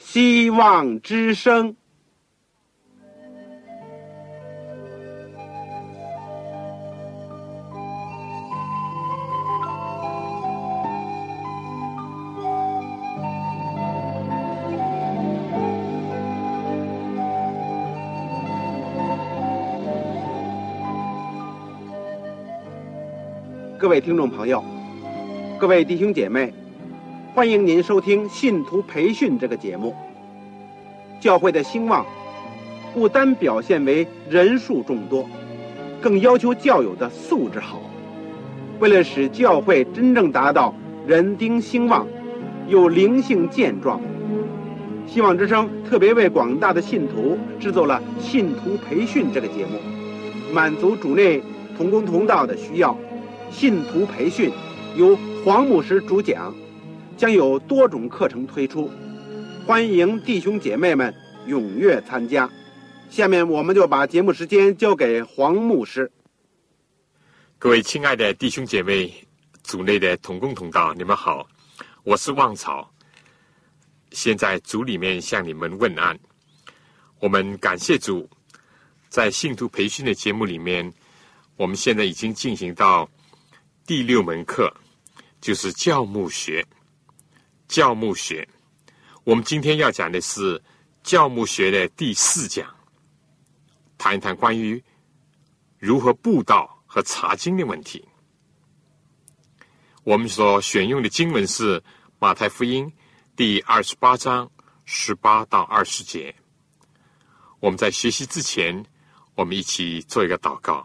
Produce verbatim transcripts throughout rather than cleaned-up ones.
希望之声。各位听众朋友，各位弟兄姐妹，欢迎您收听信徒培训这个节目。教会的兴旺不单表现为人数众多，更要求教友的素质好。为了使教会真正达到人丁兴旺又灵性健壮，希望之声特别为广大的信徒制作了信徒培训这个节目，满足主内同工同道的需要。信徒培训由黄牧师主讲，将有多种课程推出，欢迎弟兄姐妹们踊跃参加。下面我们就把节目时间交给黄牧师。 各位亲爱的弟兄姐妹，主内的同工同道，你们好，我是旺草，现在主里面向你们问安。我们感谢主，在信徒培训的节目里面，我们现在已经进行到第六门课，就是教牧学。教牧学，我们今天要讲的是教牧学的第四讲，谈一谈关于如何布道和查经的问题。我们所选用的经文是马太福音第二十八章十八到二十节。我们在学习之前，我们一起做一个祷告。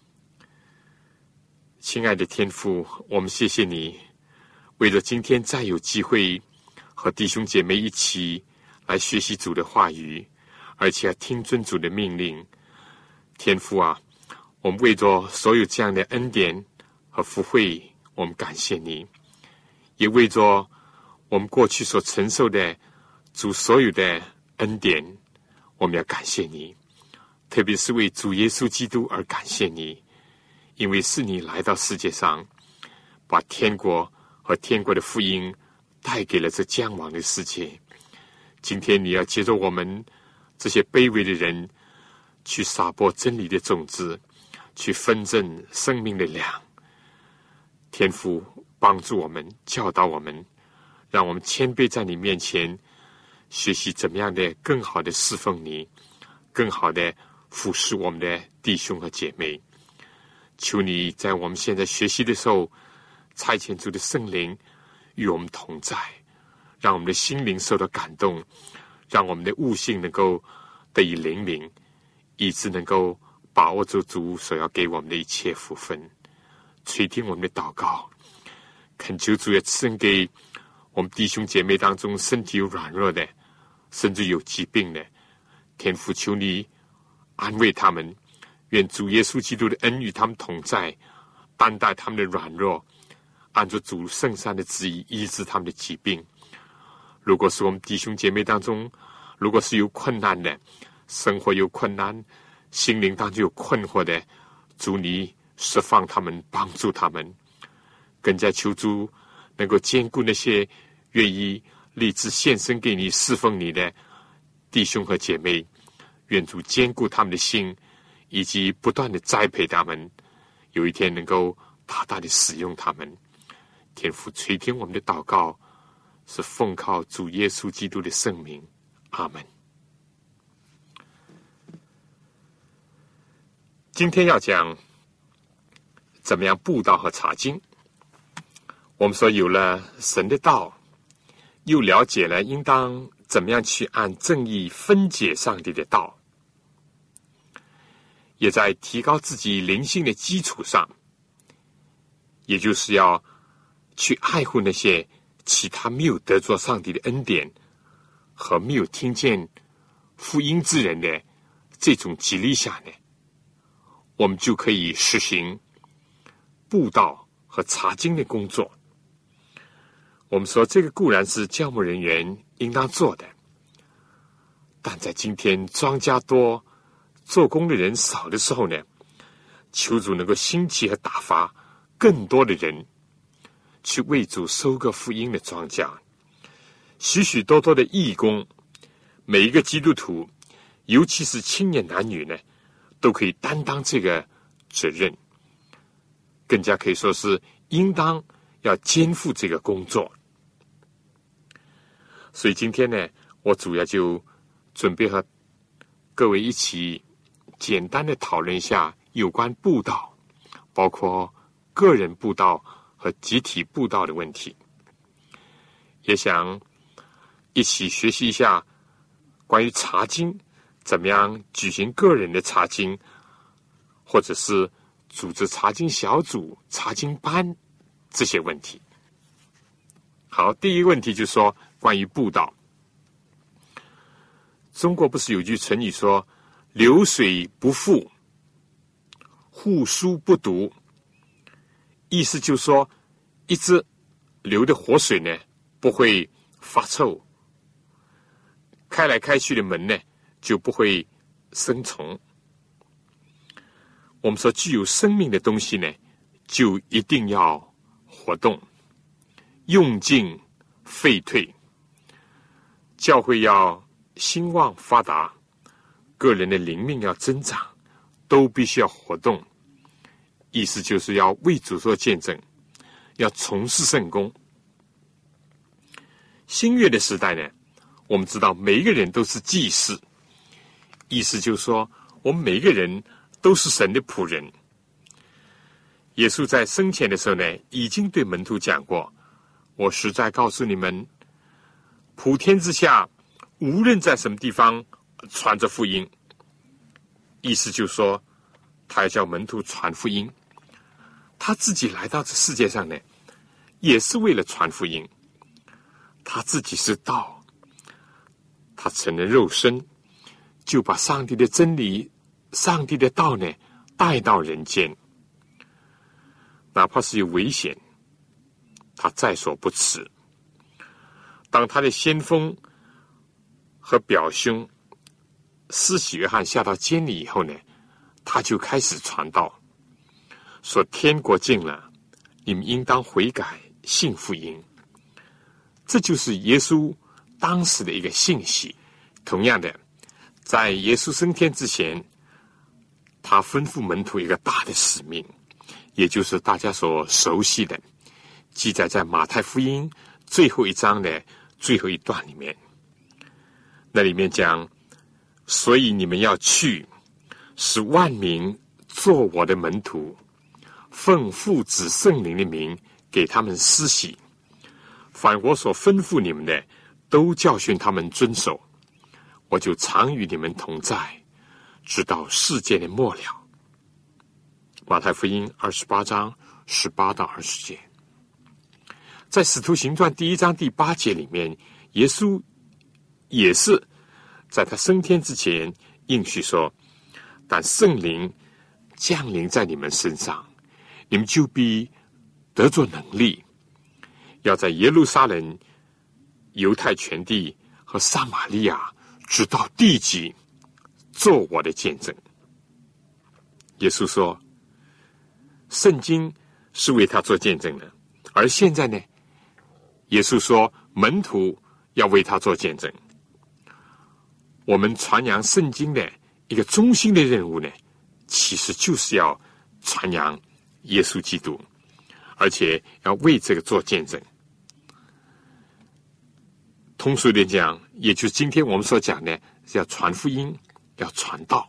亲爱的天父，我们谢谢你，为了今天再有机会和弟兄姐妹一起来学习主的话语，而且要听遵主的命令。天父啊，我们为着所有这样的恩典和福惠，我们感谢你，也为着我们过去所承受的主所有的恩典，我们要感谢你，特别是为主耶稣基督而感谢你，因为是你来到世界上，把天国和天国的福音带给了这将亡的世界。今天你要接着我们这些卑微的人，去撒播真理的种子，去分赠生命的粮。天父帮助我们，教导我们，让我们谦卑在你面前，学习怎么样的更好的侍奉你，更好的服侍我们的弟兄和姐妹。求你在我们现在学习的时候，差遣主的圣灵与我们同在，让我们的心灵受到感动，让我们的悟性能够得以灵敏，以致能够把握住主所要给我们的一切福分。垂听我们的祷告，恳求主也赐恩给我们弟兄姐妹当中身体有软弱的，甚至有疾病的，天父求你安慰他们，愿主耶稣基督的恩与他们同在，担待他们的软弱，按照主圣善的旨意医治他们的疾病。如果是我们弟兄姐妹当中，如果是有困难的，生活有困难，心灵当中有困惑的，主你释放他们，帮助他们，更加求主能够兼顾那些愿意立志献身给你侍奉你的弟兄和姐妹，愿主兼顾他们的心，以及不断的栽培他们，有一天能够大大的使用他们。天父垂听我们的祷告，是奉靠主耶稣基督的圣名，阿们。今天要讲怎么样布道和查经。我们说有了神的道，又了解了应当怎么样去按正义分解上帝的道，也在提高自己灵性的基础上，也就是要去爱护那些其他没有得着上帝的恩典和没有听见福音之人的这种激励下呢，我们就可以实行布道和查经的工作。我们说这个固然是教牧人员应当做的，但在今天庄稼多做工的人少的时候呢，求主能够兴起和打发更多的人去为主收割福音的庄稼。许许多多的义工每一个基督徒，尤其是青年男女呢，都可以担当这个责任，更加可以说是应当要肩负这个工作。所以今天呢，我主要就准备和各位一起简单的讨论一下有关布道，包括个人布道和集体布道的问题，也想一起学习一下关于查经，怎么样举行个人的查经，或者是组织查经小组、查经班这些问题。好，第一个问题就是说关于布道。中国不是有句成语说流水不腐，户枢不毒，意思就是说一直流的活水呢不会发臭，开来开去的门呢就不会生虫。我们说具有生命的东西呢，就一定要活动，用尽废退。教会要兴旺发达，个人的灵命要增长，都必须要活动。意思就是要为主做见证，要从事圣工。新约的时代呢，我们知道每一个人都是祭司，意思就是说我们每一个人都是神的仆人。耶稣在生前的时候呢，已经对门徒讲过，我实在告诉你们，普天之下无论在什么地方传着福音，意思就是说他要叫门徒传福音。他自己来到这世界上呢，也是为了传福音。他自己是道，他成了肉身，就把上帝的真理、上帝的道呢带到人间。哪怕是有危险，他在所不辞。当他的先锋和表兄施洗约翰下到监里以后呢，他就开始传道，说天国近了，你们应当悔改，信福音。这就是耶稣当时的一个信息。同样的，在耶稣升天之前，他吩咐门徒一个大的使命，也就是大家所熟悉的，记载在马太福音最后一章的最后一段里面。那里面讲，所以你们要去，使万民做我的门徒，奉父子圣灵的名给他们施洗，凡我所吩咐你们的，都教训他们遵守，我就常与你们同在，直到世界的末了。马太福音二十八章十八到二十节。在使徒行传第一章第八节里面，耶稣也是在他升天之前应许说，但圣灵降临在你们身上，你们就必得着能力，要在耶路撒冷、犹太全地和撒玛利亚直到地极做我的见证。耶稣说圣经是为他做见证的，而现在呢，耶稣说门徒要为他做见证。我们传扬圣经的一个中心的任务呢，其实就是要传扬耶稣基督，而且要为这个做见证。通俗点讲，也就是今天我们所讲的，是要传福音，要传道。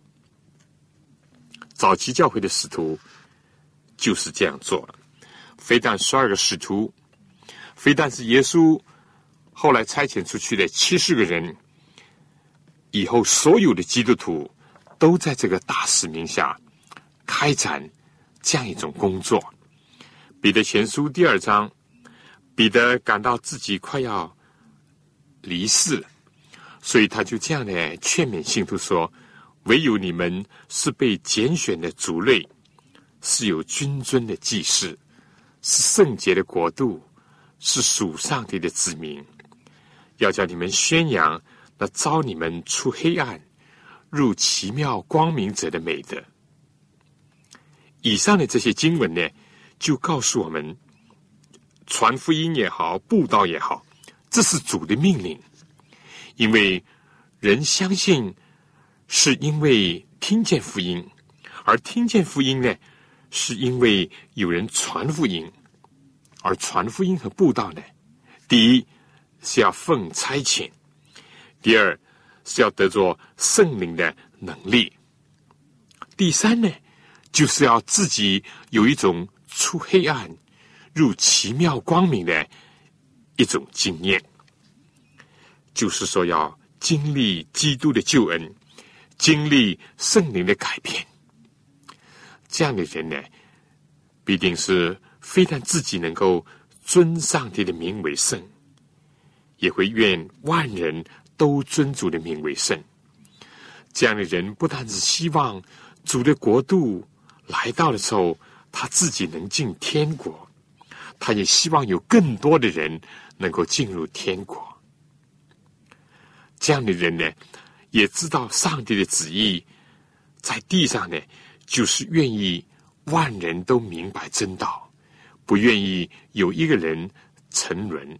早期教会的使徒就是这样做了，非但十二个使徒，非但是耶稣后来差遣出去的七十个人，以后所有的基督徒都在这个大使命下开展这样一种工作。彼得前书第二章，彼得感到自己快要离世了，所以他就这样的劝勉信徒说，唯有你们是被拣选的族类，是有君尊的祭司，是圣洁的国度，是属上帝的子民，要叫你们宣扬那召你们出黑暗入奇妙光明者的美德。以上的这些经文呢，就告诉我们，传福音也好，布道也好，这是主的命令。因为人相信是因为听见福音，而听见福音呢，是因为有人传福音。而传福音和布道呢，第一是要奉差遣，第二是要得着圣灵的能力，第三呢，就是要自己有一种出黑暗入奇妙光明的一种经验，就是说要经历基督的救恩，经历圣灵的改变。这样的人呢，必定是非但自己能够尊上帝的名为圣，也会愿万人都尊主的名为圣。这样的人不但是希望主的国度来到的时候他自己能进天国，他也希望有更多的人能够进入天国。这样的人呢，也知道上帝的旨意在地上呢，就是愿意万人都明白真道，不愿意有一个人沉沦。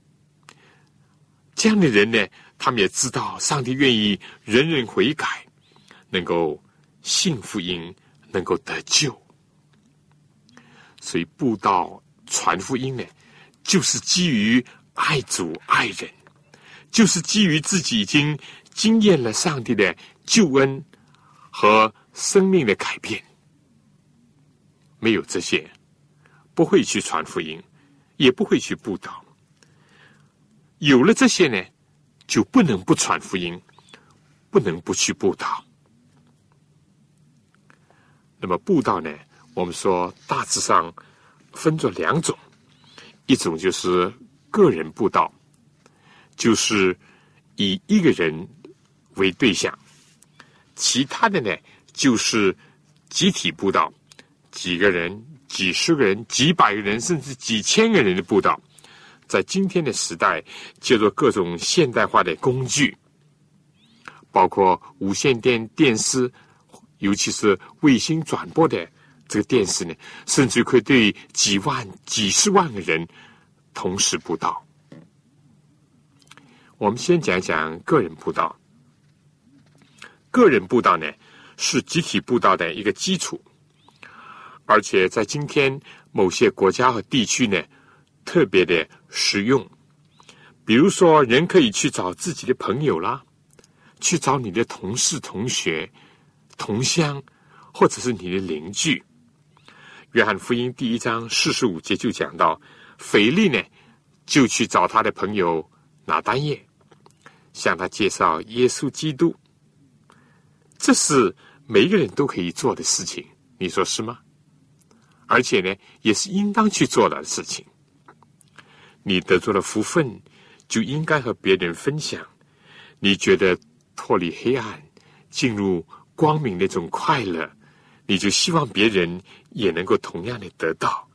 这样的人呢，他们也知道上帝愿意人人悔改，能够信福音，能够得救。所以布道传福音呢，就是基于爱主爱人，就是基于自己已经经验了上帝的救恩和生命的改变。没有这些，不会去传福音，也不会去布道。有了这些呢，就不能不传福音，不能不去布道。那么布道呢，我们说大致上分作两种，一种就是个人布道，就是以一个人为对象，其他的呢就是集体布道，几个人、几十个人、几百个人，甚至几千个人的布道。在今天的时代，借助各种现代化的工具，包括无线电电视，尤其是卫星转播的这个电视呢，甚至可以对几万、几十万个人同时布道。我们先讲讲个人布道。个人布道呢，是集体布道的一个基础，而且在今天某些国家和地区呢，特别的实用。比如说，人可以去找自己的朋友啦，去找你的同事、同学、同乡，或者是你的邻居。约翰福音第一章四十五节就讲到，腓力呢就去找他的朋友拿单业，向他介绍耶稣基督。这是每一个人都可以做的事情，你说是吗？而且呢，也是应当去做的事情。你得着了福分，就应该和别人分享。你觉得脱离黑暗，进入光明的一种快乐，你就希望别人也能够同样的得到。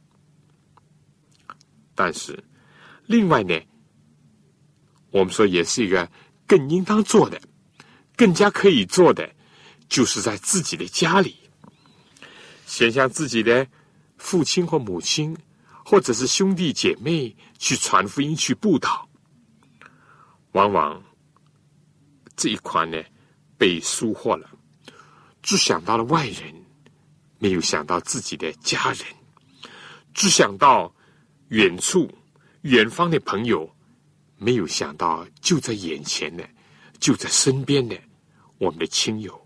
但是，另外呢，我们说也是一个更应当做的、更加可以做的，就是在自己的家里，先向自己的父亲或母亲，或者是兄弟姐妹去传福音、去布道。往往这一款呢被疏忽了，只想到了外人，没有想到自己的家人，只想到远处远方的朋友，没有想到就在眼前的，就在身边的我们的亲友。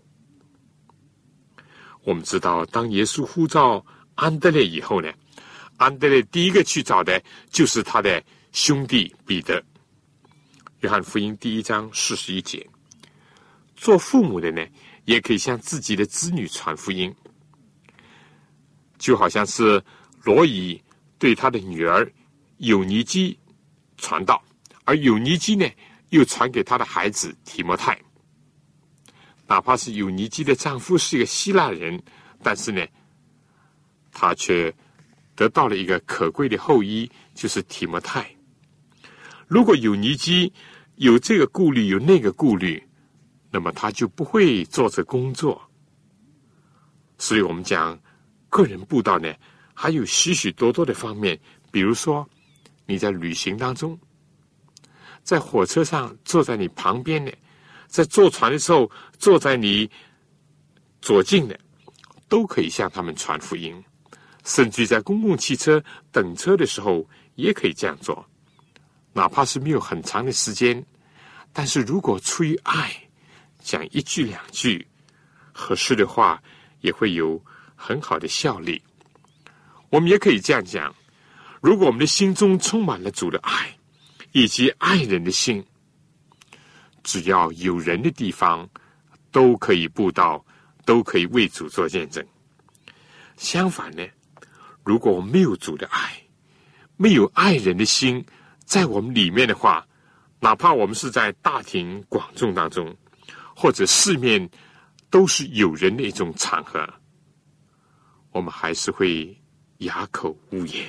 我们知道，当耶稣呼召安德烈以后呢，安德烈第一个去找的就是他的兄弟彼得。约翰福音第一章四十一节，做父母的呢，也可以向自己的子女传福音，就好像是罗以对他的女儿友尼基传道，而友尼基呢，又传给他的孩子提摩太。哪怕是友尼基的丈夫是一个希腊人，但是呢，他却得到了一个可贵的后裔，就是提摩太。如果友尼基有这个顾虑，有那个顾虑，那么他就不会做这工作。所以我们讲个人布道呢，还有许许多多的方面。比如说你在旅行当中，在火车上坐在你旁边的， 在坐船的时候坐在你左近的，都可以向他们传福音。甚至在公共汽车等车的时候也可以这样做，哪怕是没有很长的时间，但是如果出于爱，讲一句两句合适的话，也会有很好的效力。我们也可以这样讲，如果我们的心中充满了主的爱以及爱人的心，只要有人的地方都可以布道，都可以为主做见证。相反呢，如果我们没有主的爱，没有爱人的心在我们里面的话，哪怕我们是在大庭广众当中，或者四面都是有人的一种场合，我们还是会哑口无言。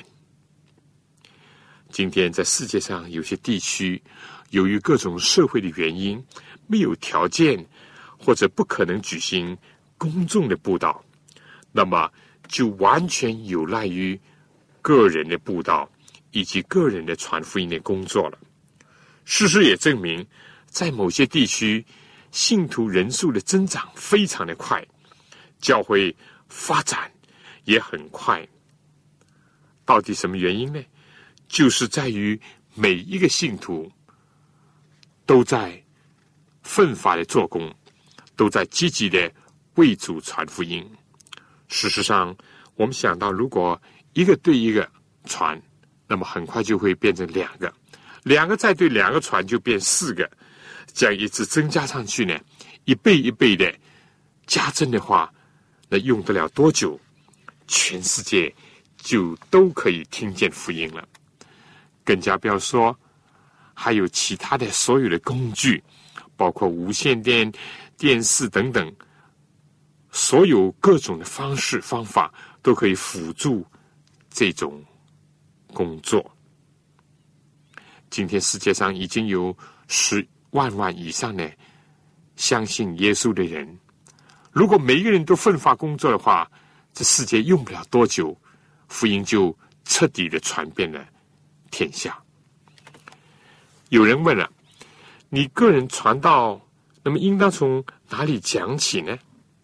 今天在世界上有些地区，由于各种社会的原因，没有条件或者不可能举行公众的布道，那么就完全有赖于个人的布道以及个人的传福音的工作了。事实也证明，在某些地区，信徒人数的增长非常的快，教会发展也很快。到底什么原因呢？就是在于每一个信徒都在奋发的做工，都在积极的为主传福音。事实上，我们想到，如果一个对一个传，那么很快就会变成两个，两个再对两个传就变四个，这样一直增加上去呢，一倍一倍的加增的话，那用得了多久，全世界就都可以听见福音了。更加不要说还有其他的所有的工具，包括无线电、电视等等，所有各种的方式方法都可以辅助这种工作。今天世界上已经有十万万以上的相信耶稣的人，如果每一个人都奋发工作的话，这世界用不了多久，福音就彻底的传遍了天下。有人问了，你个人传道，那么应当从哪里讲起呢？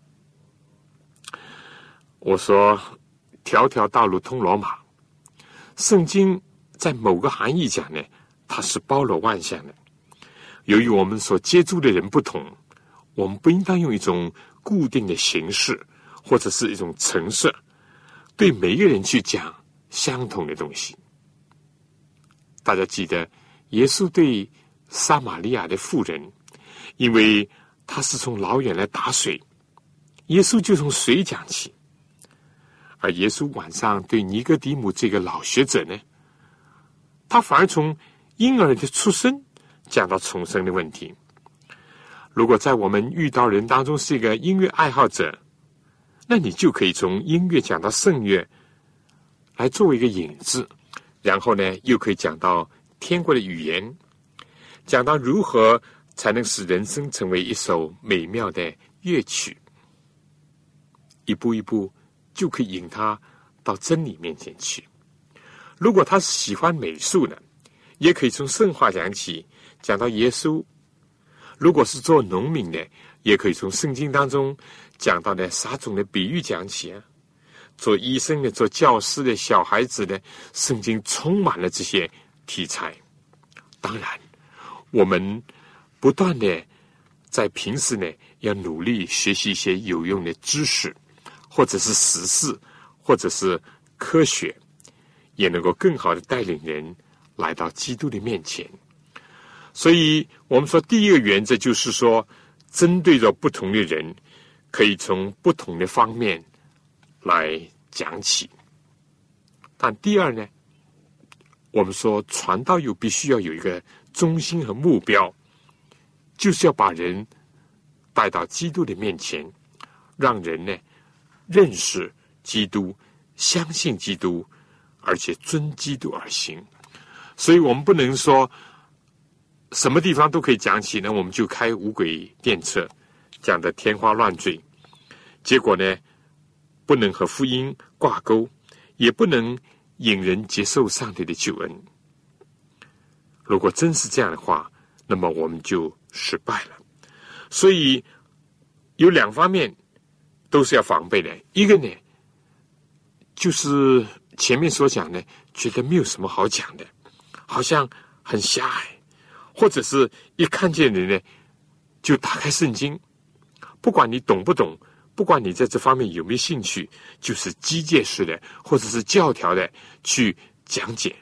我说，条条道路通罗马。圣经在某个含义讲呢，它是包罗万象的。由于我们所接触的人不同，我们不应当用一种固定的形式或者是一种陈设，对每一个人去讲相同的东西。大家记得，耶稣对撒玛利亚的妇人，因为他是从老远来打水，耶稣就从水讲起。而耶稣晚上对尼哥底母这个老学者呢，他反而从婴儿的出生讲到重生的问题。如果在我们遇到人当中是一个音乐爱好者，那你就可以从音乐讲到圣乐来作为一个引子，然后呢又可以讲到天国的语言，讲到如何才能使人生成为一首美妙的乐曲，一步一步就可以引他到真理面前去。如果他是喜欢美术的，也可以从圣话讲起，讲到耶稣。如果是做农民的，也可以从圣经当中讲到的撒种的比喻讲起啊。做医生的、做教师的、小孩子的，圣经充满了这些题材。当然，我们不断的在平时呢，要努力学习一些有用的知识，或者是时事，或者是科学，也能够更好的带领人来到基督的面前。所以我们说第一个原则就是说，针对着不同的人，可以从不同的方面来讲起。但第二呢，我们说传道又必须要有一个中心和目标，就是要把人带到基督的面前，让人呢认识基督，相信基督，而且遵基督而行。所以我们不能说什么地方都可以讲起呢，我们就开五轨电车，讲得天花乱坠，结果呢不能和福音挂钩，也不能引人接受上帝的救恩。如果真是这样的话，那么我们就失败了。 所以有两方面都是要防备的。一个呢，就是前面所讲的，觉得没有什么好讲的，好像很狭隘，或者是一看见人呢，就打开圣经，不管你懂不懂，不管你在这方面有没有兴趣，就是机械式的或者是教条的去讲解。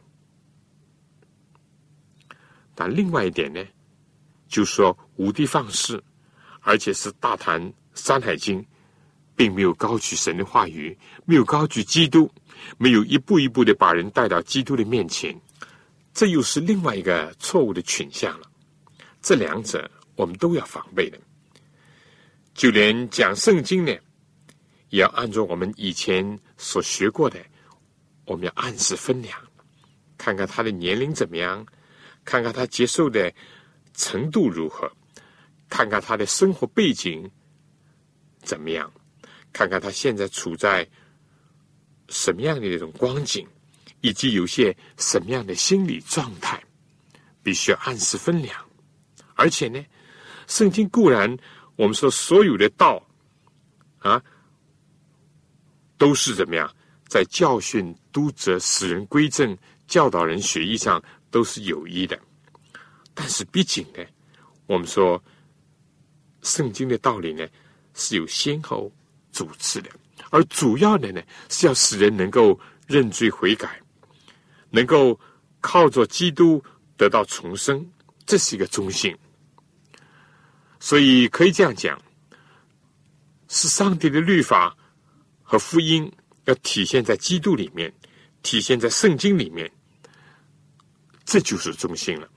但另外一点呢，就是说无的放矢，而且是大谈山海经，并没有高举神的话语，没有高举基督，没有一步一步的把人带到基督的面前，这又是另外一个错误的倾向了。这两者我们都要防备的。就连讲圣经呢，也要按照我们以前所学过的，我们要按时分粮，看看他的年龄怎么样，看看他接受的程度如何，看看他的生活背景怎么样，看看他现在处在什么样的一种光景，以及有些什么样的心理状态，必须要按时分粮。而且呢，圣经固然我们说所有的道啊，都是怎么样，在教训、督责、使人归正、教导人学义上都是有益的。但是毕竟呢，我们说圣经的道理呢是有先后主次的，而主要的呢是要使人能够认罪悔改，能够靠着基督得到重生，这是一个中心。所以可以这样讲，是上帝的律法和福音要体现在基督里面，体现在圣经里面，这就是中心了。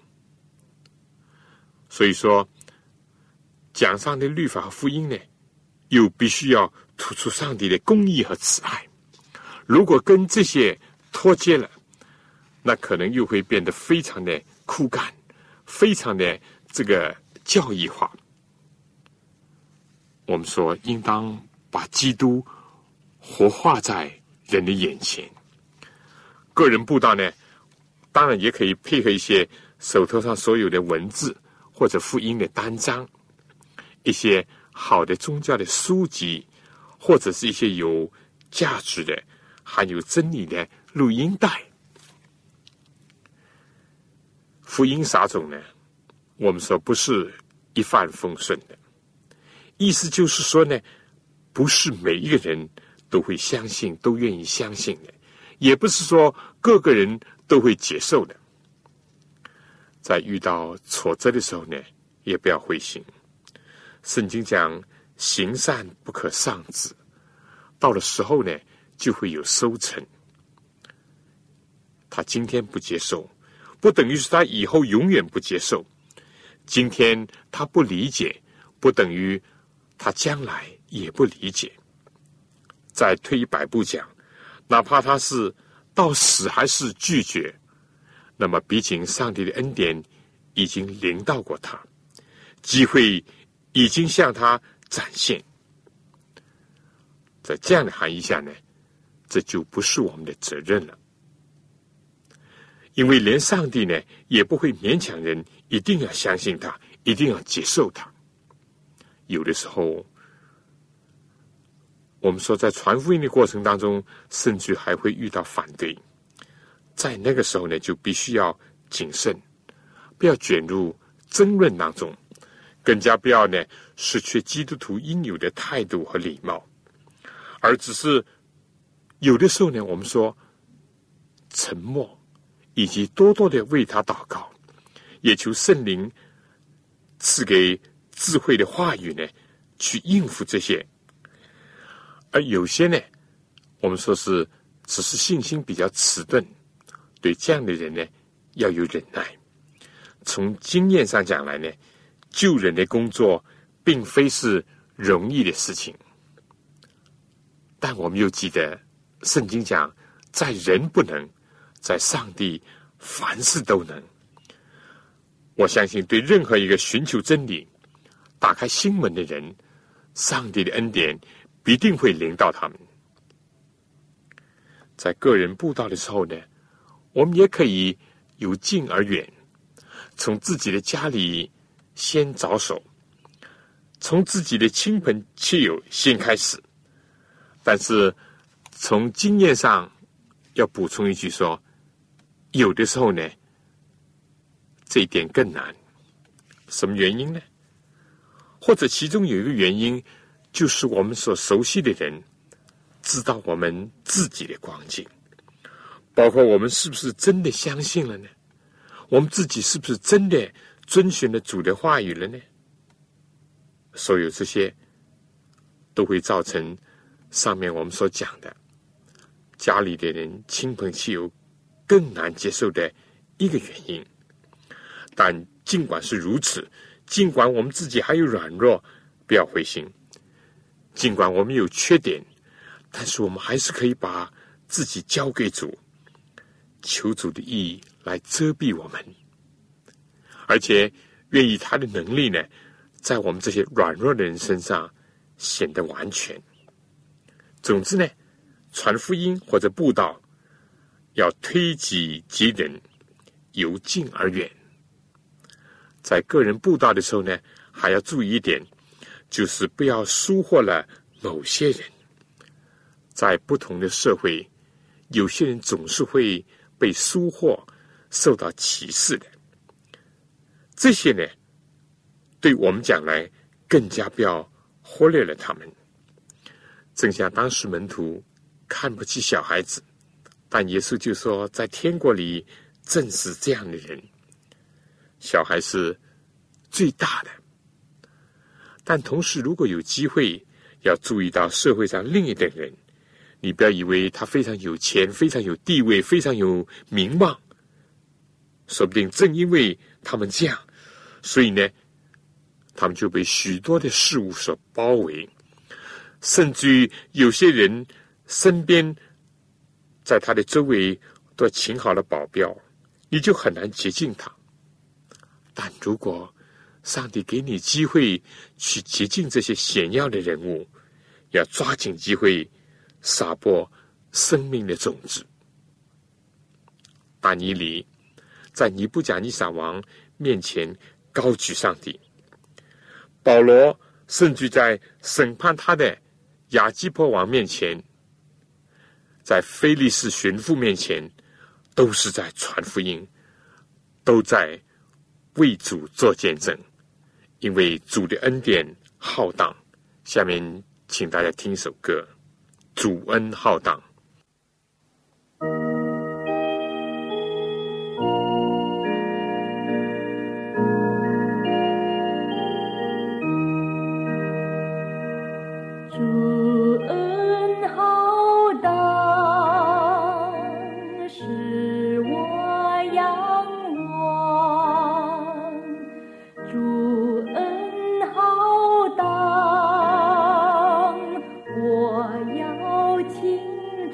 所以说讲上帝的律法和福音呢，又必须要突出上帝的公义和慈爱。如果跟这些脱节了，那可能又会变得非常的枯干，非常的这个教义化。我们说应当把基督活化在人的眼前。个人布道呢，当然也可以配合一些手头上所有的文字或者福音的单章，一些好的宗教的书籍，或者是一些有价值的含有真理的录音带。福音撒种呢，我们说不是一帆风顺的，意思就是说呢，不是每一个人都会相信，都愿意相信的，也不是说各个人都会接受的。在遇到挫折的时候呢，也不要灰心。圣经讲行善不可丧志，到了时候呢，就会有收成。他今天不接受，不等于是他以后永远不接受。今天他不理解，不等于他将来也不理解。再退一百步讲，哪怕他是到死还是拒绝，那么毕竟上帝的恩典已经临到过他，机会已经向他展现。在这样的含义下呢，这就不是我们的责任了。因为连上帝呢，也不会勉强人一定要相信他，一定要接受他。有的时候，我们说在传福音的过程当中，甚至还会遇到反对。在那个时候呢，就必须要谨慎，不要卷入争论当中，更加不要呢失去基督徒应有的态度和礼貌，而只是有的时候呢，我们说沉默，以及多多的为他祷告，也求圣灵赐给智慧的话语呢，去应付这些。而有些呢，我们说是只是信心比较迟钝，对这样的人呢，要有忍耐。从经验上讲来呢，救人的工作并非是容易的事情。但我们又记得圣经讲，在人不能，在上帝凡事都能。我相信对任何一个寻求真理、打开心门的人，上帝的恩典必定会临到他们。在个人布道的时候呢，我们也可以由近而远，从自己的家里先着手， 从自己的亲朋戚友先开始。但是从经验上要补充一句说，有的时候呢，这一点更难。什么原因呢？或者其中有一个原因，就是我们所熟悉的人知道我们自己的光景，包括我们是不是真的相信了呢？我们自己是不是真的遵循了主的话语了呢？所有这些都会造成上面我们所讲的家里的人亲朋戚友更难接受的一个原因。但尽管是如此，尽管我们自己还有软弱，不要灰心，尽管我们有缺点，但是我们还是可以把自己交给主，求主的意来遮蔽我们，而且愿意他的能力呢，在我们这些软弱的人身上显得完全。总之呢，传福音或者布道要推己及人，由近而远。在个人布道的时候呢，还要注意一点，就是不要疏忽了某些人。在不同的社会，有些人总是会被疏忽，受到歧视的。这些呢，对我们讲来更加不要忽略了他们。正像当时门徒看不起小孩子，但耶稣就说，在天国里正是这样的人。小孩是最大的，但同时如果有机会，要注意到社会上另一等人。你不要以为他非常有钱，非常有地位，非常有名望，说不定正因为他们这样，所以呢，他们就被许多的事物所包围，甚至于有些人身边在他的周围都请好了保镖，你就很难接近他。但如果上帝给你机会去接近这些显要的人物，要抓紧机会撒播生命的种子。但以理在尼布甲尼撒王面前高举上帝，保罗甚至在审判他的亚基波王面前，在非利士巡抚面前，都是在传福音，都在为主做见证，因为主的恩典浩荡。下面请大家听一首歌，主恩浩荡。 我要倾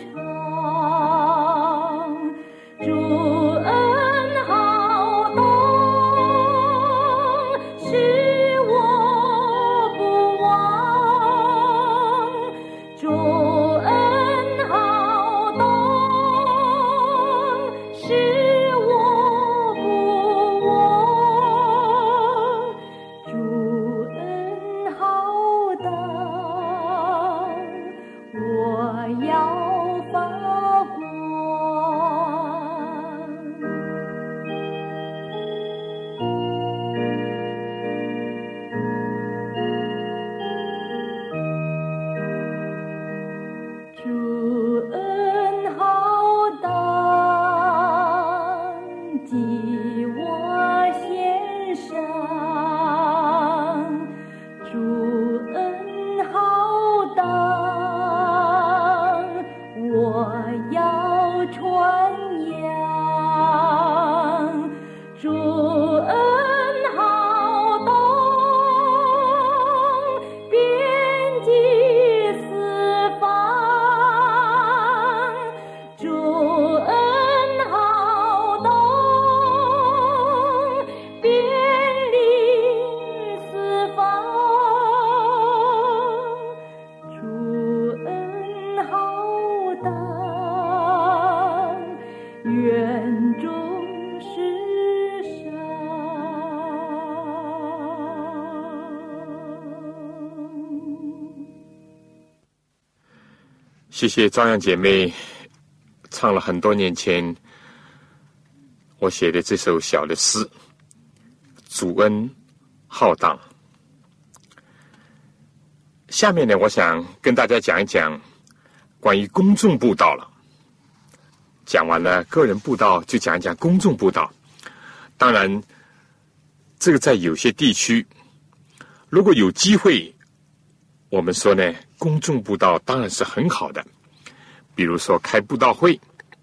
谢谢朝阳姐妹唱了很多年前我写的这首小的诗，主恩浩荡。下面呢，我想跟大家讲一讲关于公众布道了。讲完了个人布道，就讲一讲公众布道。当然，这个在有些地区，如果有机会，我们说呢，公众布道当然是很好的，比如说开布道会。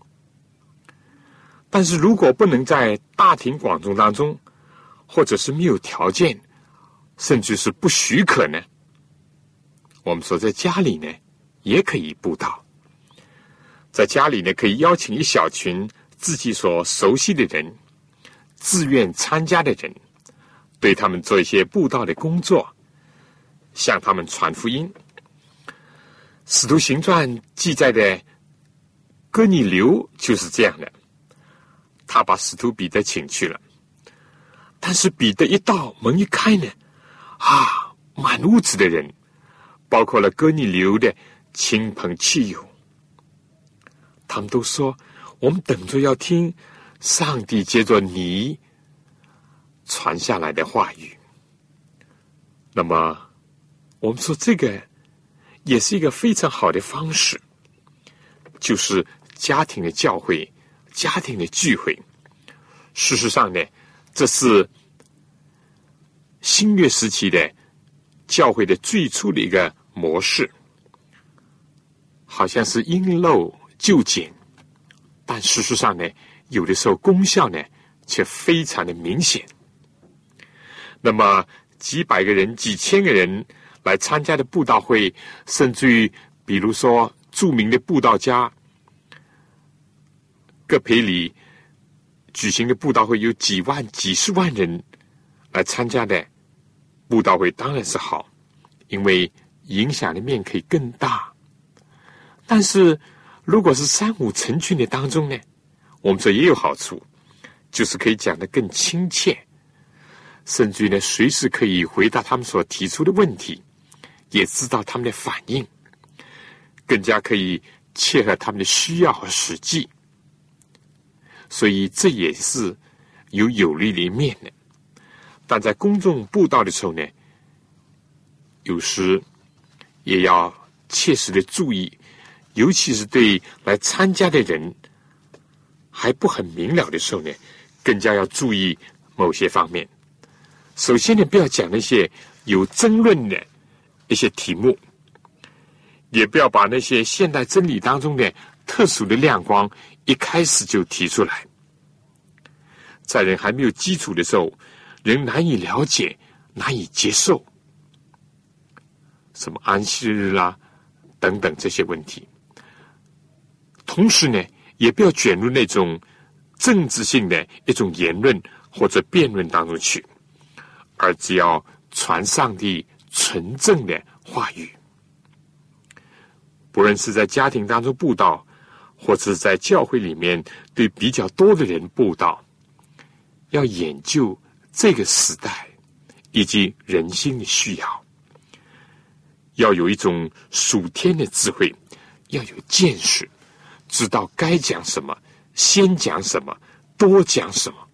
但是如果不能在大庭广众当中，或者是没有条件，甚至是不许可呢，我们说在家里呢也可以布道。在家里呢，可以邀请一小群自己所熟悉的人，自愿参加的人，对他们做一些布道的工作，向他们传福音。使徒行传记载的哥尼流就是这样的，他把使徒彼得请去了，但是彼得一到门一开呢，啊，满屋子的人，包括了哥尼流的亲朋戚友，他们都说，我们等着要听上帝借着你传下来的话语。那么我们说这个也是一个非常好的方式，就是家庭的教会，家庭的聚会。事实上呢，这是新约时期的教会的最初的一个模式，好像是因陋就简，但事实上呢，有的时候功效呢却非常的明显。那么几百个人、几千个人来参加的布道会，甚至于比如说著名的布道家葛培理举行的布道会，有几万、几十万人来参加的布道会，当然是好，因为影响的面可以更大。但是如果是三五成群的当中呢，我们说也有好处，就是可以讲得更亲切，甚至于呢，随时可以回答他们所提出的问题，也知道他们的反应，更加可以切合他们的需要和实际。所以这也是有有利的一面的。但在公众布道的时候呢，有时也要切实的注意，尤其是对来参加的人还不很明了的时候呢，更加要注意某些方面。首先呢，不要讲那些有争论的一些题目，也不要把那些现代真理当中的特殊的亮光一开始就提出来。在人还没有基础的时候，人难以了解，难以接受什么安息日啦等等这些问题。同时呢，也不要卷入那种政治性的一种言论或者辩论当中去，而只要传上帝纯正的话语。不论是在家庭当中布道，或者是在教会里面对比较多的人布道，要研究这个时代以及人心的需要，要有一种属天的智慧，要有见识，知道该讲什么，先讲什么，多讲什么。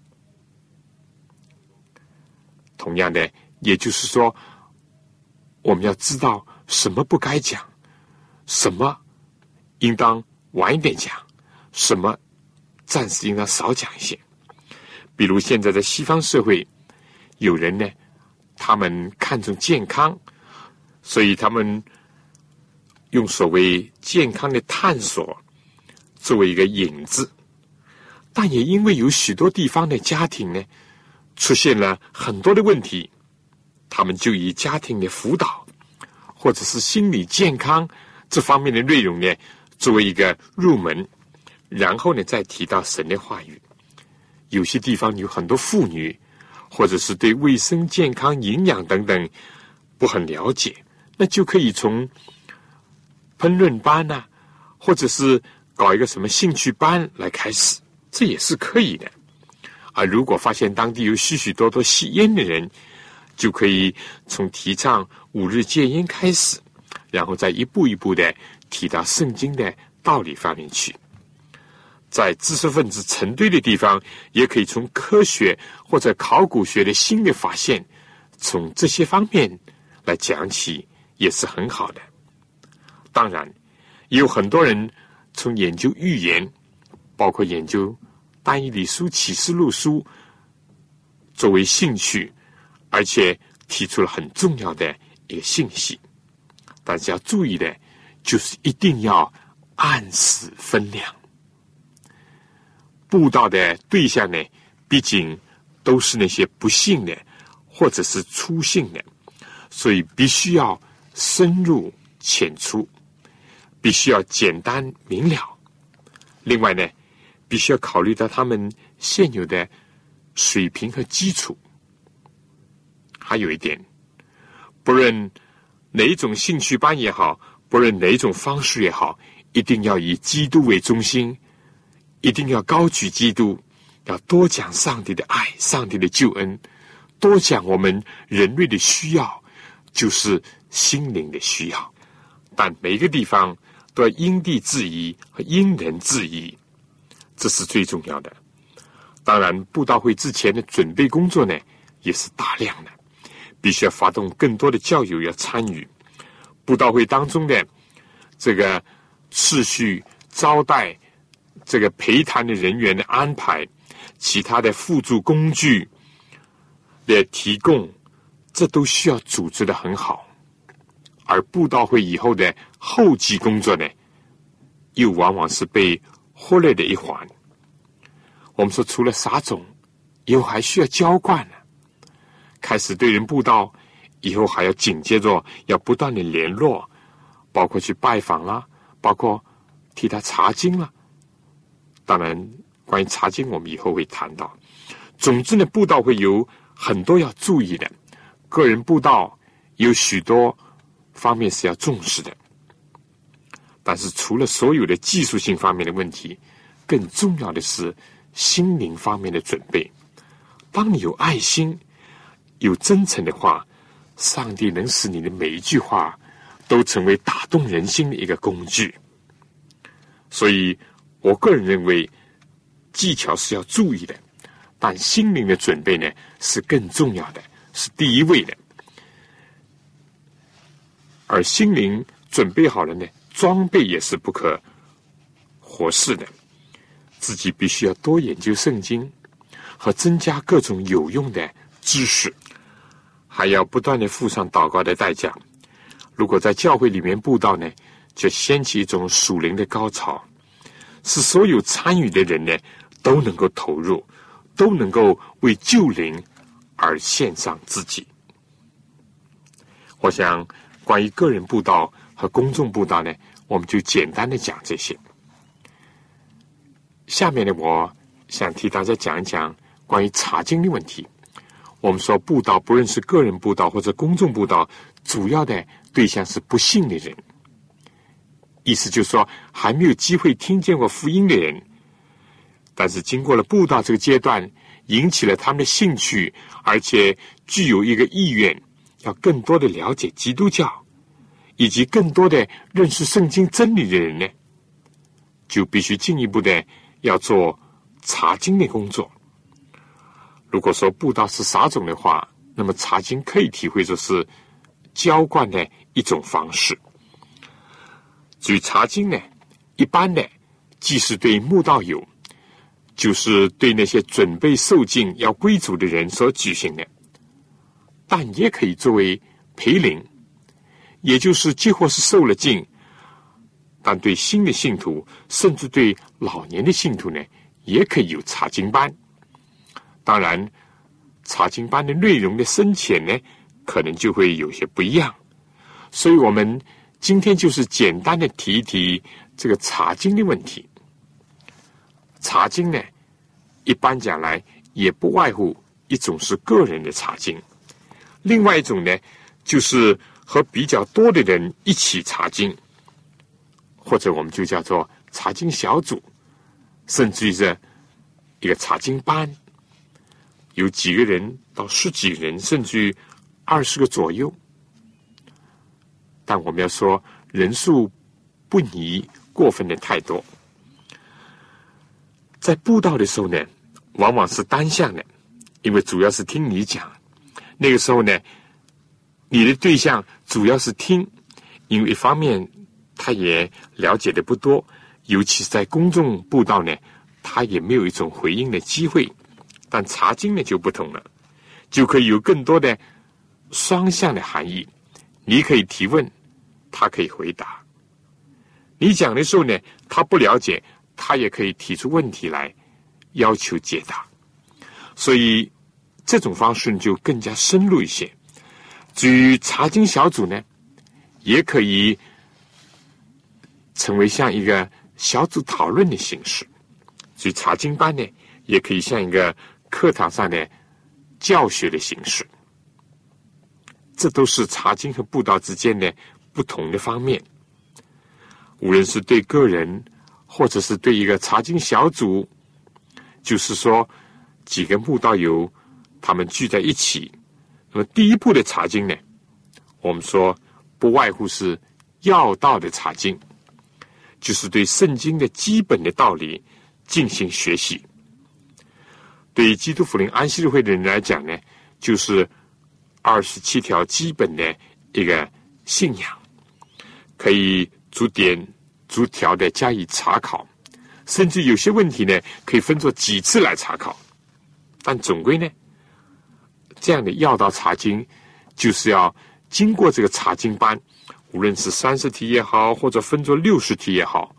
同样的，也就是说，我们要知道什么不该讲，什么应当晚一点讲，什么暂时应当少讲一些。比如现在在西方社会，有人呢，他们看重健康，所以他们用所谓健康的探索作为一个引子。但也因为有许多地方的家庭呢，出现了很多的问题，他们就以家庭的辅导或者是心理健康这方面的内容呢，作为一个入门，然后呢再提到神的话语。有些地方有很多妇女，或者是对卫生健康营养等等不很了解，那就可以从烹饪班啊，或者是搞一个什么兴趣班来开始，这也是可以的。而如果发现当地有许许多多吸烟的人，就可以从提倡五日戒烟开始，然后再一步一步的提到圣经的道理方面去。在知识分子成堆的地方，也可以从科学或者考古学的新的发现，从这些方面来讲起，也是很好的。当然，也有很多人从研究预言，包括研究但以理书、启示录书作为兴趣，而且提出了很重要的一个信息。但是要注意的，就是一定要按时分量。布道的对象呢，毕竟都是那些不信的或者是初信的，所以必须要深入浅出，必须要简单明了。另外呢，必须要考虑到他们现有的水平和基础。还有一点，不论哪一种兴趣班也好，不论哪一种方式也好，一定要以基督为中心，一定要高举基督，要多讲上帝的爱、上帝的救恩，多讲我们人类的需要，就是心灵的需要。但每个地方都要因地制宜和因人制宜，这是最重要的。当然，布道会之前的准备工作呢，也是大量的，必须要发动更多的教友要参与。布道会当中的这个次序、招待、这个陪谈的人员的安排，其他的辅助工具的提供，这都需要组织得很好。而布道会以后的后期工作呢，又往往是被忽略的一环。我们说，除了撒种，以后还需要浇灌呢。开始对人布道，以后还要紧接着要不断的联络，包括去拜访啦，包括替他查经啦。当然，关于查经，我们以后会谈到。总之呢，布道会有很多要注意的，个人布道有许多方面是要重视的。但是，除了所有的技术性方面的问题，更重要的是心灵方面的准备。当你有爱心、有真诚的话，上帝能使你的每一句话都成为打动人心的一个工具。所以我个人认为，技巧是要注意的，但心灵的准备呢，是更重要的，是第一位的。而心灵准备好了呢，装备也是不可忽视的。自己必须要多研究圣经，和增加各种有用的知识，还要不断的付上祷告的代价。如果在教会里面布道呢，就掀起一种属灵的高潮，使所有参与的人呢都能够投入，都能够为救灵而献上自己。我想关于个人布道和公众布道呢，我们就简单的讲这些。下面呢，我想替大家讲一讲关于查经的问题。我们说布道，不论是个人布道或者公众布道，主要的对象是不信的人，意思就是说还没有机会听见过福音的人，但是经过了布道这个阶段，引起了他们的兴趣，而且具有一个意愿要更多的了解基督教，以及更多的认识圣经真理的人呢，就必须进一步的要做查经的工作。如果说布道是撒种的话，那么查经可以体会作是浇灌的一种方式。至于查经呢，一般的既是对慕道友，就是对那些准备受浸要归主的人所举行的，但也可以作为培灵，也就是既或是受了浸，但对新的信徒，甚至对老年的信徒呢，也可以有查经班。当然，查经班的内容的深浅呢，可能就会有些不一样。所以我们今天就是简单的提一提这个查经的问题。查经呢，一般讲来也不外乎一种是个人的查经，另外一种呢，就是和比较多的人一起查经，或者我们就叫做查经小组，甚至于是一个查经班，有几个人到十几个人，甚至于二十个左右。但我们要说人数不宜过分的太多。在布道的时候呢，往往是单向的，因为主要是听你讲。那个时候呢，你的对象主要是听，因为一方面他也了解的不多，尤其是在公众布道呢，他也没有一种回应的机会。但查经呢就不同了，就可以有更多的双向的含义。你可以提问，他可以回答。你讲的时候呢，他不了解，他也可以提出问题来要求解答。所以这种方式就更加深入一些。至于查经小组呢，也可以成为像一个小组讨论的形式。至于查经班呢，也可以像一个课堂上的教学的形式。这都是查经和布道之间的不同的方面。无论是对个人，或者是对一个查经小组，就是说几个布道友他们聚在一起，那么第一步的查经呢，我们说不外乎是要道的查经，就是对圣经的基本的道理进行学习。对于基督福临安息日会的人来讲呢，就是二十七条基本的一个信仰，可以逐点逐条的加以查考，甚至有些问题呢，可以分作几次来查考。但总归呢，这样的要道查经，就是要经过这个查经班，无论是三十题也好，或者分作六十题也好，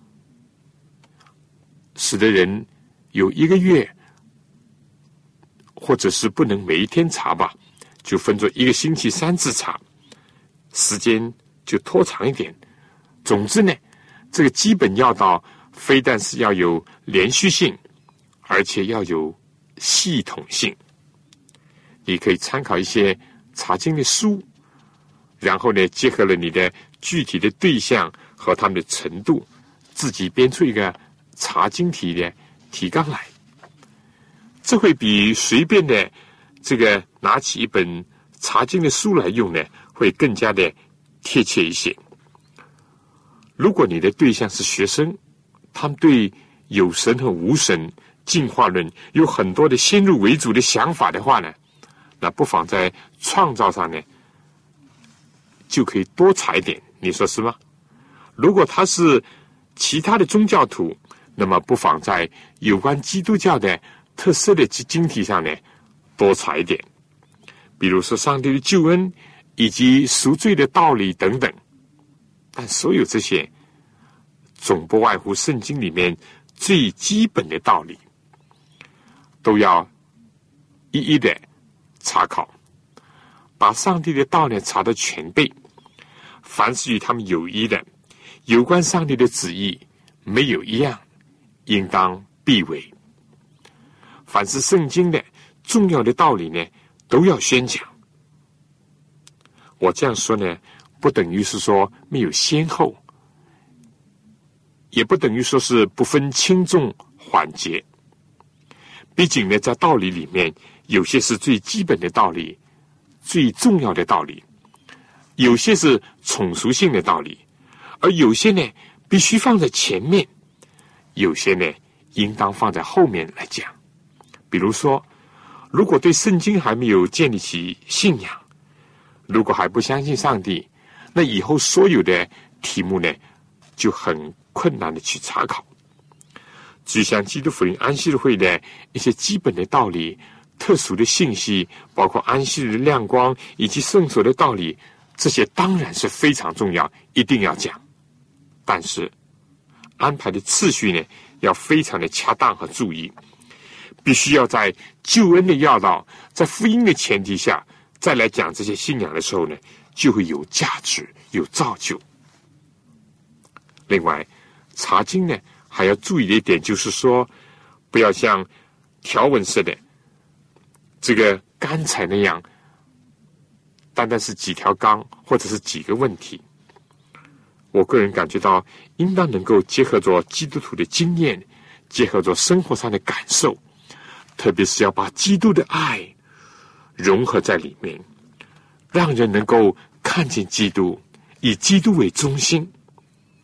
使得人有一个月，或者是不能每一天查吧，就分作一个星期三次查，时间就拖长一点。总之呢，这个基本要道非但是要有连续性，而且要有系统性。你可以参考一些查经的书，然后呢，结合了你的具体的对象和他们的程度，自己编出一个查经题的提纲来。这会比随便的这个拿起一本查经的书来用呢，会更加的贴切一些。如果你的对象是学生，他们对有神和无神、进化论有很多的先入为主的想法的话呢，那不妨在创造上呢，就可以多查一点，你说是吗？如果他是其他的宗教徒，那么不妨在有关基督教的特色的经题上呢，多查一点，比如说上帝的救恩以及赎罪的道理等等。但所有这些总不外乎圣经里面最基本的道理，都要一一的查考，把上帝的道理查得全备。凡是与他们有益的，有关上帝的旨意，没有一样应当避讳。凡是圣经的重要的道理呢，都要宣讲。我这样说呢，不等于是说没有先后，也不等于说是不分轻重缓急。毕竟呢，在道理里面，有些是最基本的道理，最重要的道理，有些是宠俗性的道理，而有些呢必须放在前面，有些呢应当放在后面来讲。比如说，如果对圣经还没有建立起信仰，如果还不相信上帝，那以后所有的题目呢，就很困难的去查考。就像基督福临安息日会的一些基本的道理、特殊的信息，包括安息日的亮光以及圣所的道理，这些当然是非常重要，一定要讲。但是安排的次序呢，要非常的恰当和注意，必须要在救恩的要道，在福音的前提下，再来讲这些信仰的时候呢，就会有价值、有造就。另外，查经呢，还要注意的一点就是说，不要像条文似的这个刚才那样，单单是几条纲或者是几个问题。我个人感觉到，应当能够结合着基督徒的经验，结合着生活上的感受，特别是要把基督的爱融合在里面，让人能够看见基督，以基督为中心，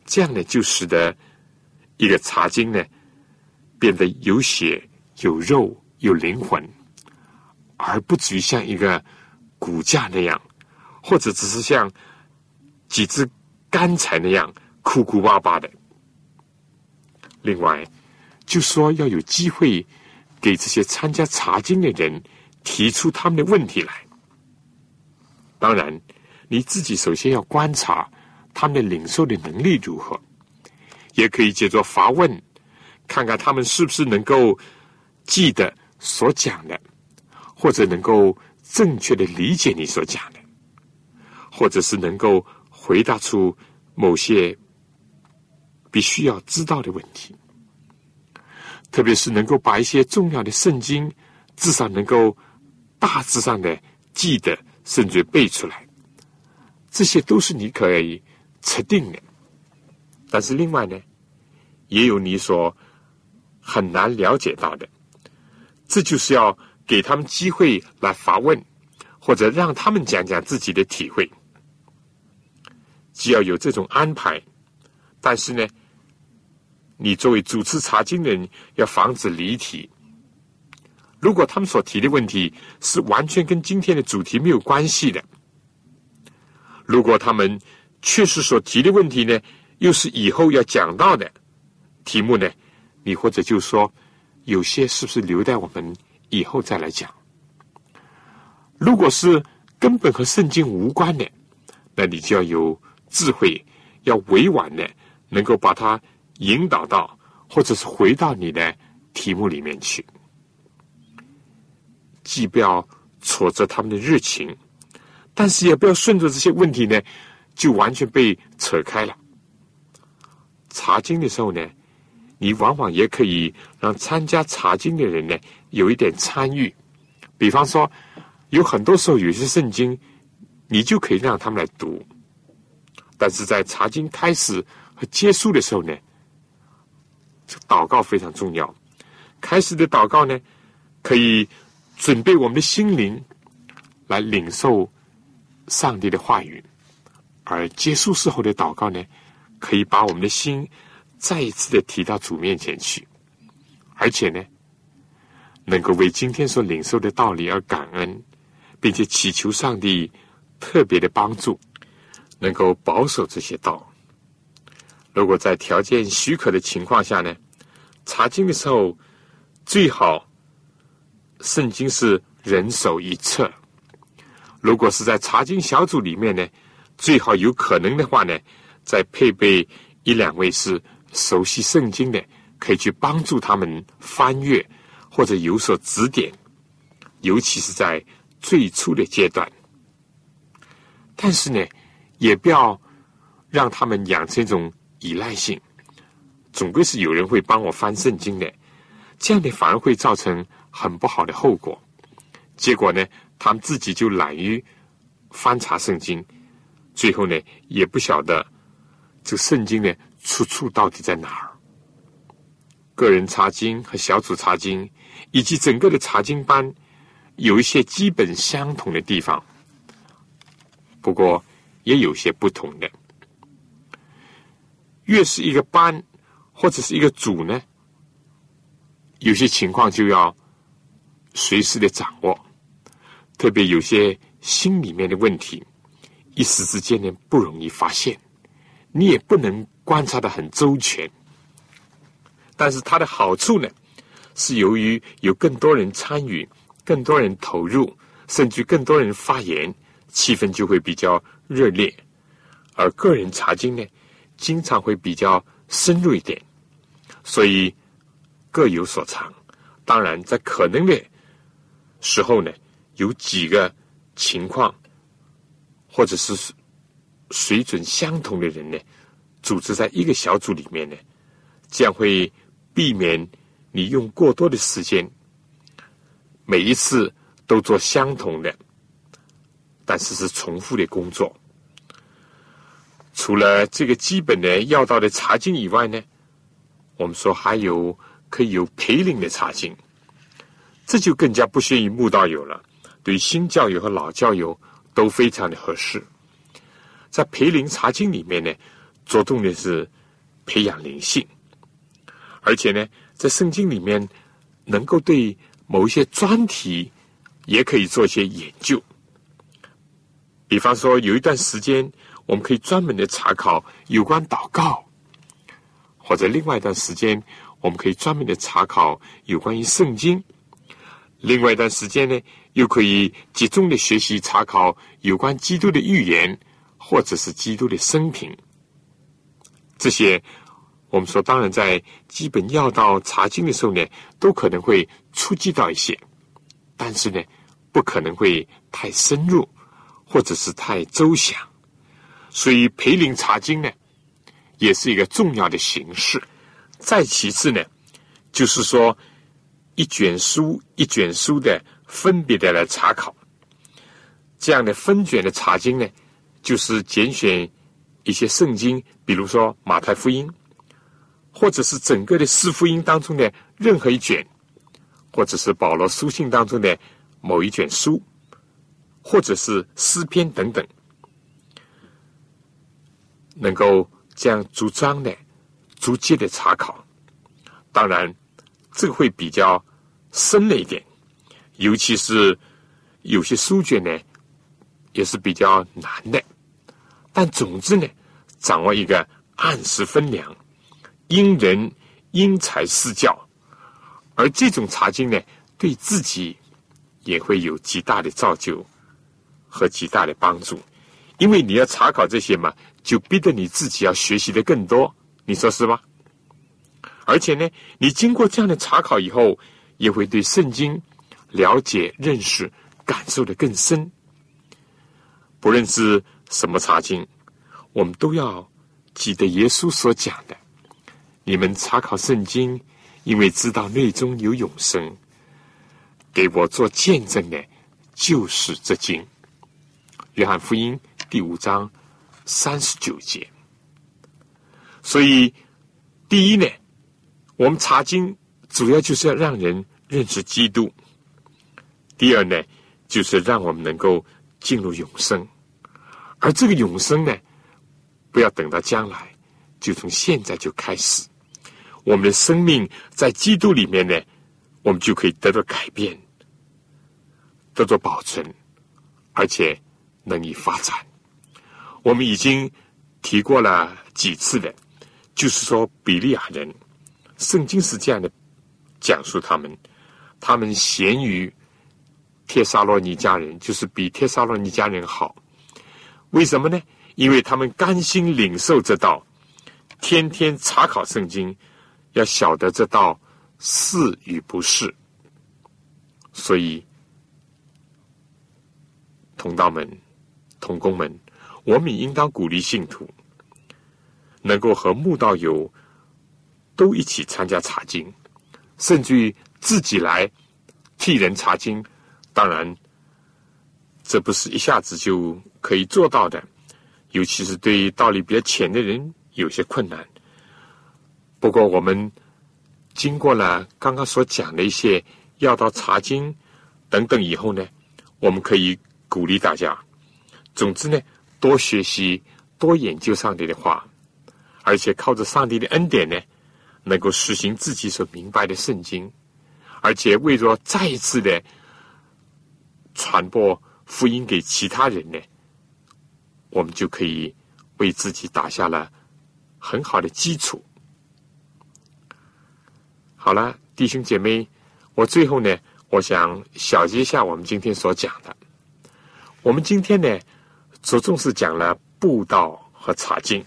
这样呢，就使得一个查经呢变得有血有肉有灵魂，而不至于像一个骨架那样，或者只是像几只干柴那样枯枯巴巴的。另外就说要有机会给这些参加查经的人提出他们的问题来。当然你自己首先要观察他们的领受的能力如何，也可以借着发问看看他们是不是能够记得所讲的，或者能够正确的理解你所讲的，或者是能够回答出某些必须要知道的问题，特别是能够把一些重要的圣经至少能够大致上的记得甚至背出来，这些都是你可以测定的。但是另外呢，也有你所很难了解到的，这就是要给他们机会来发问，或者让他们讲讲自己的体会。既要有这种安排，但是呢，你作为主持查经的人要防止离题。如果他们所提的问题是完全跟今天的主题没有关系的，如果他们确实所提的问题呢又是以后要讲到的题目呢，你或者就说有些是不是留待我们以后再来讲。如果是根本和圣经无关的，那你就要有智慧，要委婉的能够把它引导到或者是回到你的题目里面去，既不要挫折他们的热情，但是也不要顺着这些问题呢就完全被扯开了。查经的时候呢，你往往也可以让参加查经的人呢有一点参与。比方说有很多时候有些圣经你就可以让他们来读，但是在查经开始和结束的时候呢，这祷告非常重要。开始的祷告呢可以准备我们的心灵来领受上帝的话语，而结束时候的祷告呢可以把我们的心再一次的提到主面前去，而且呢能够为今天所领受的道理而感恩，并且祈求上帝特别的帮助，能够保守这些道。如果在条件许可的情况下呢，查经的时候最好圣经是人手一册。如果是在查经小组里面呢，最好有可能的话呢，再配备一两位是熟悉圣经的，可以去帮助他们翻阅或者有所指点，尤其是在最初的阶段。但是呢，也不要让他们养成一种依赖性，总归是有人会帮我翻圣经的，这样的反而会造成很不好的后果。结果呢，他们自己就懒于翻查圣经，最后呢也不晓得这圣经呢出处到底在哪儿。个人查经和小组查经以及整个的查经班有一些基本相同的地方，不过也有些不同的。越是一个班或者是一个组呢，有些情况就要随时的掌握，特别有些心里面的问题一时之间呢不容易发现，你也不能观察得很周全。但是它的好处呢，是由于有更多人参与，更多人投入，甚至更多人发言，气氛就会比较热烈。而个人查经呢，经常会比较深入一点，所以各有所长。当然在可能的时候呢，有几个情况或者是水准相同的人呢，组织在一个小组里面呢，这样会避免你用过多的时间，每一次都做相同的，但是是重复的工作。除了这个基本的要道的查经以外呢，我们说还有可以有培灵的查经，这就更加不限于慕道友了，对新教友和老教友都非常的合适。在培灵查经里面呢，着重的是培养灵性。而且呢，在圣经里面能够对某一些专题也可以做一些研究。比方说，有一段时间我们可以专门的查考有关祷告，或者另外一段时间我们可以专门的查考有关于圣经，另外一段时间呢又可以集中的学习查考有关基督的预言或者是基督的生平。这些我们说当然在基本要道查经的时候呢都可能会触及到一些，但是呢不可能会太深入或者是太周详。所以培灵查经呢也是一个重要的形式。再其次呢，就是说一卷书一卷书的分别的来查考。这样的分卷的查经呢，就是拣选一些圣经，比如说马太福音，或者是整个的四福音当中的任何一卷，或者是保罗书信当中的某一卷书，或者是诗篇等等，能够这样逐章的逐节的查考。当然这个会比较深了一点，尤其是有些书卷呢也是比较难的。但总之呢，掌握一个按时分量，因人因材施教，而这种查经呢对自己也会有极大的造就和极大的帮助。因为你要查考这些嘛，就逼得你自己要学习的更多，你说是吧？而且呢，你经过这样的查考以后，也会对圣经了解、认识、感受的更深。不论是什么查经，我们都要记得耶稣所讲的：你们查考圣经，因为知道内中有永生，给我做见证的就是这经。约翰福音第五章三十九节。所以第一呢，我们查经主要就是要让人认识基督。第二呢，就是让我们能够进入永生。而这个永生呢，不要等到将来，就从现在就开始。我们的生命在基督里面呢，我们就可以得到改变，得到保存，而且能以发展。我们已经提过了几次的，就是说比利亚人，圣经是这样的讲述他们，他们贤于帖撒罗尼迦人，就是比帖撒罗尼迦人好。为什么呢？因为他们甘心领受这道，天天查考圣经，要晓得这道是与不是。所以同道们、同工们，我们应当鼓励信徒能够和慕道友都一起参加查经，甚至于自己来替人查经。当然这不是一下子就可以做到的，尤其是对于道理比较浅的人有些困难。不过我们经过了刚刚所讲的一些要道查经等等以后呢，我们可以鼓励大家，总之呢，多学习，多研究上帝的话，而且靠着上帝的恩典呢，能够实行自己所明白的圣经，而且为了再一次的传播福音给其他人呢，我们就可以为自己打下了很好的基础。好了，弟兄姐妹，我最后呢，我想小结一下我们今天所讲的。我们今天呢，着重是讲了布道和查经，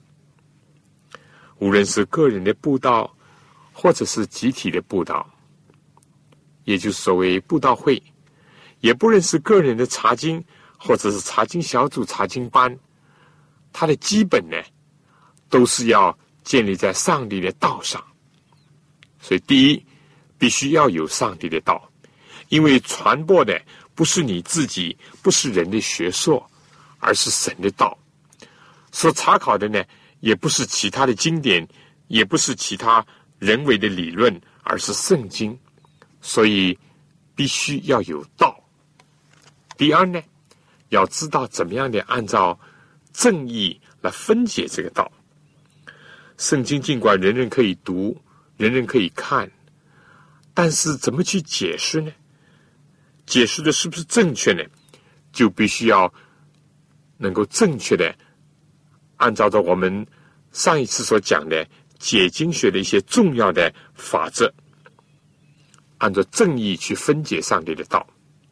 无论是个人的布道，或者是集体的布道，也就是所谓布道会，也不论是个人的查经，或者是查经小组、查经班，它的基本呢，都是要建立在上帝的道上。所以第一，必须要有上帝的道，因为传播的不是你自己，不是人的学说，而是神的道。所查考的呢，也不是其他的经典，也不是其他人为的理论，而是圣经。所以必须要有道。第二呢，要知道怎么样的按照正义来分解这个道。 圣经尽管人人可以读，人人可以看，但是怎么去解释呢？解释的是不是正确呢？就必须要能够正确的按照着我们上一次所讲的解经学的一些重要的法则，按照正义去分解上帝的道，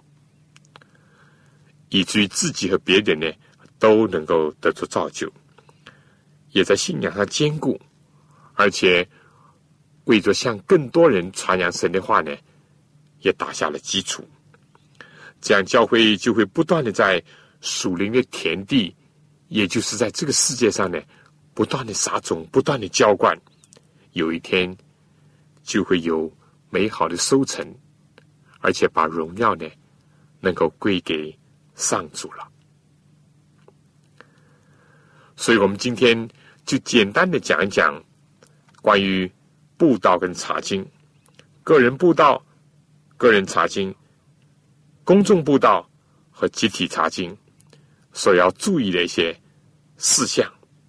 以至于自己和别人呢都能够得到造就，也在信仰上坚固，而且为着向更多人传扬神的话呢，也打下了基础。这样教会就会不断的在属灵的田地，也就是在这个世界上呢，不断的撒种，不断的浇灌，有一天就会有美好的收成，而且把荣耀呢能够归给上主了。所以我们今天就简单的讲一讲关于布道跟查经，个人布道、个人查经、公众布道和集体查经所要注意的一些事项。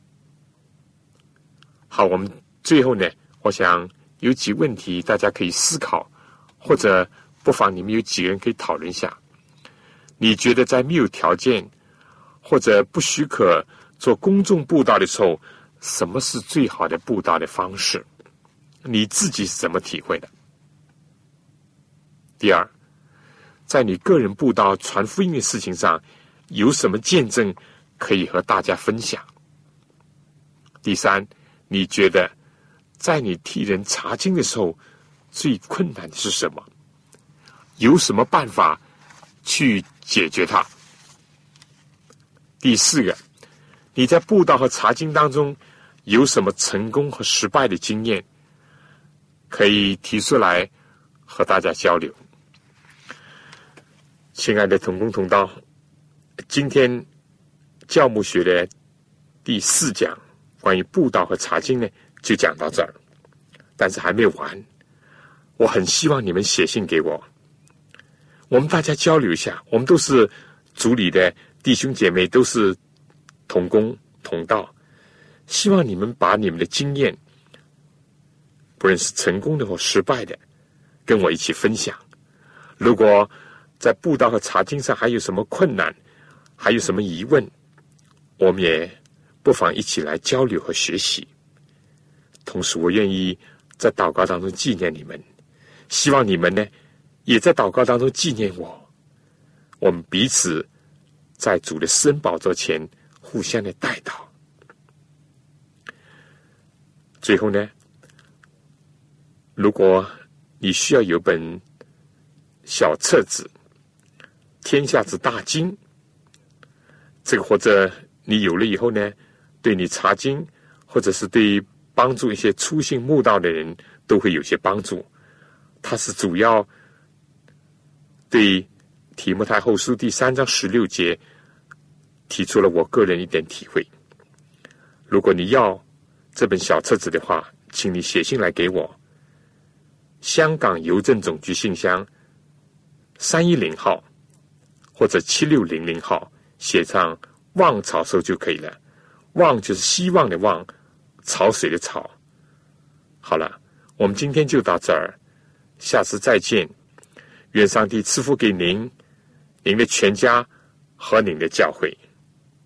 好，我们最后呢，我想有几个问题大家可以思考，或者不妨你们有几个人可以讨论一下。你觉得在没有条件或者不许可做公众布道的时候，什么是最好的布道的方式？你自己是怎么体会的？第二，在你个人布道传福音的事情上，有什么见证可以和大家分享？第三，你觉得在你替人查经的时候，最困难的是什么？有什么办法去解决它？第四个，你在布道和查经当中有什么成功和失败的经验，可以提出来和大家交流。亲爱的同工同道，今天教牧学的第四讲关于布道和查经呢，就讲到这儿，但是还没有完。我很希望你们写信给我，我们大家交流一下。我们都是组里的弟兄姐妹，都是同工同道，希望你们把你们的经验，不论是成功的或失败的，跟我一起分享。如果在布道和查经上还有什么困难，还有什么疑问，我们也不妨一起来交流和学习。同时我愿意在祷告当中纪念你们，希望你们呢也在祷告当中纪念我，我们彼此在主的施恩宝座前互相的代祷。最后呢，如果你需要有本小册子天下之大经，这个或者你有了以后呢，对你查经或者是对帮助一些初信慕道的人都会有些帮助。它是主要对提摩太后书第三章十六节提出了我个人一点体会。如果你要这本小册子的话，请你写信来给我，香港邮政总局信箱三一零号或者七六零零号，写上望潮收就可以了。望就是希望的望，潮水的潮。好了，我们今天就到这儿，下次再见。愿上帝赐福给您、您的全家和您的教会。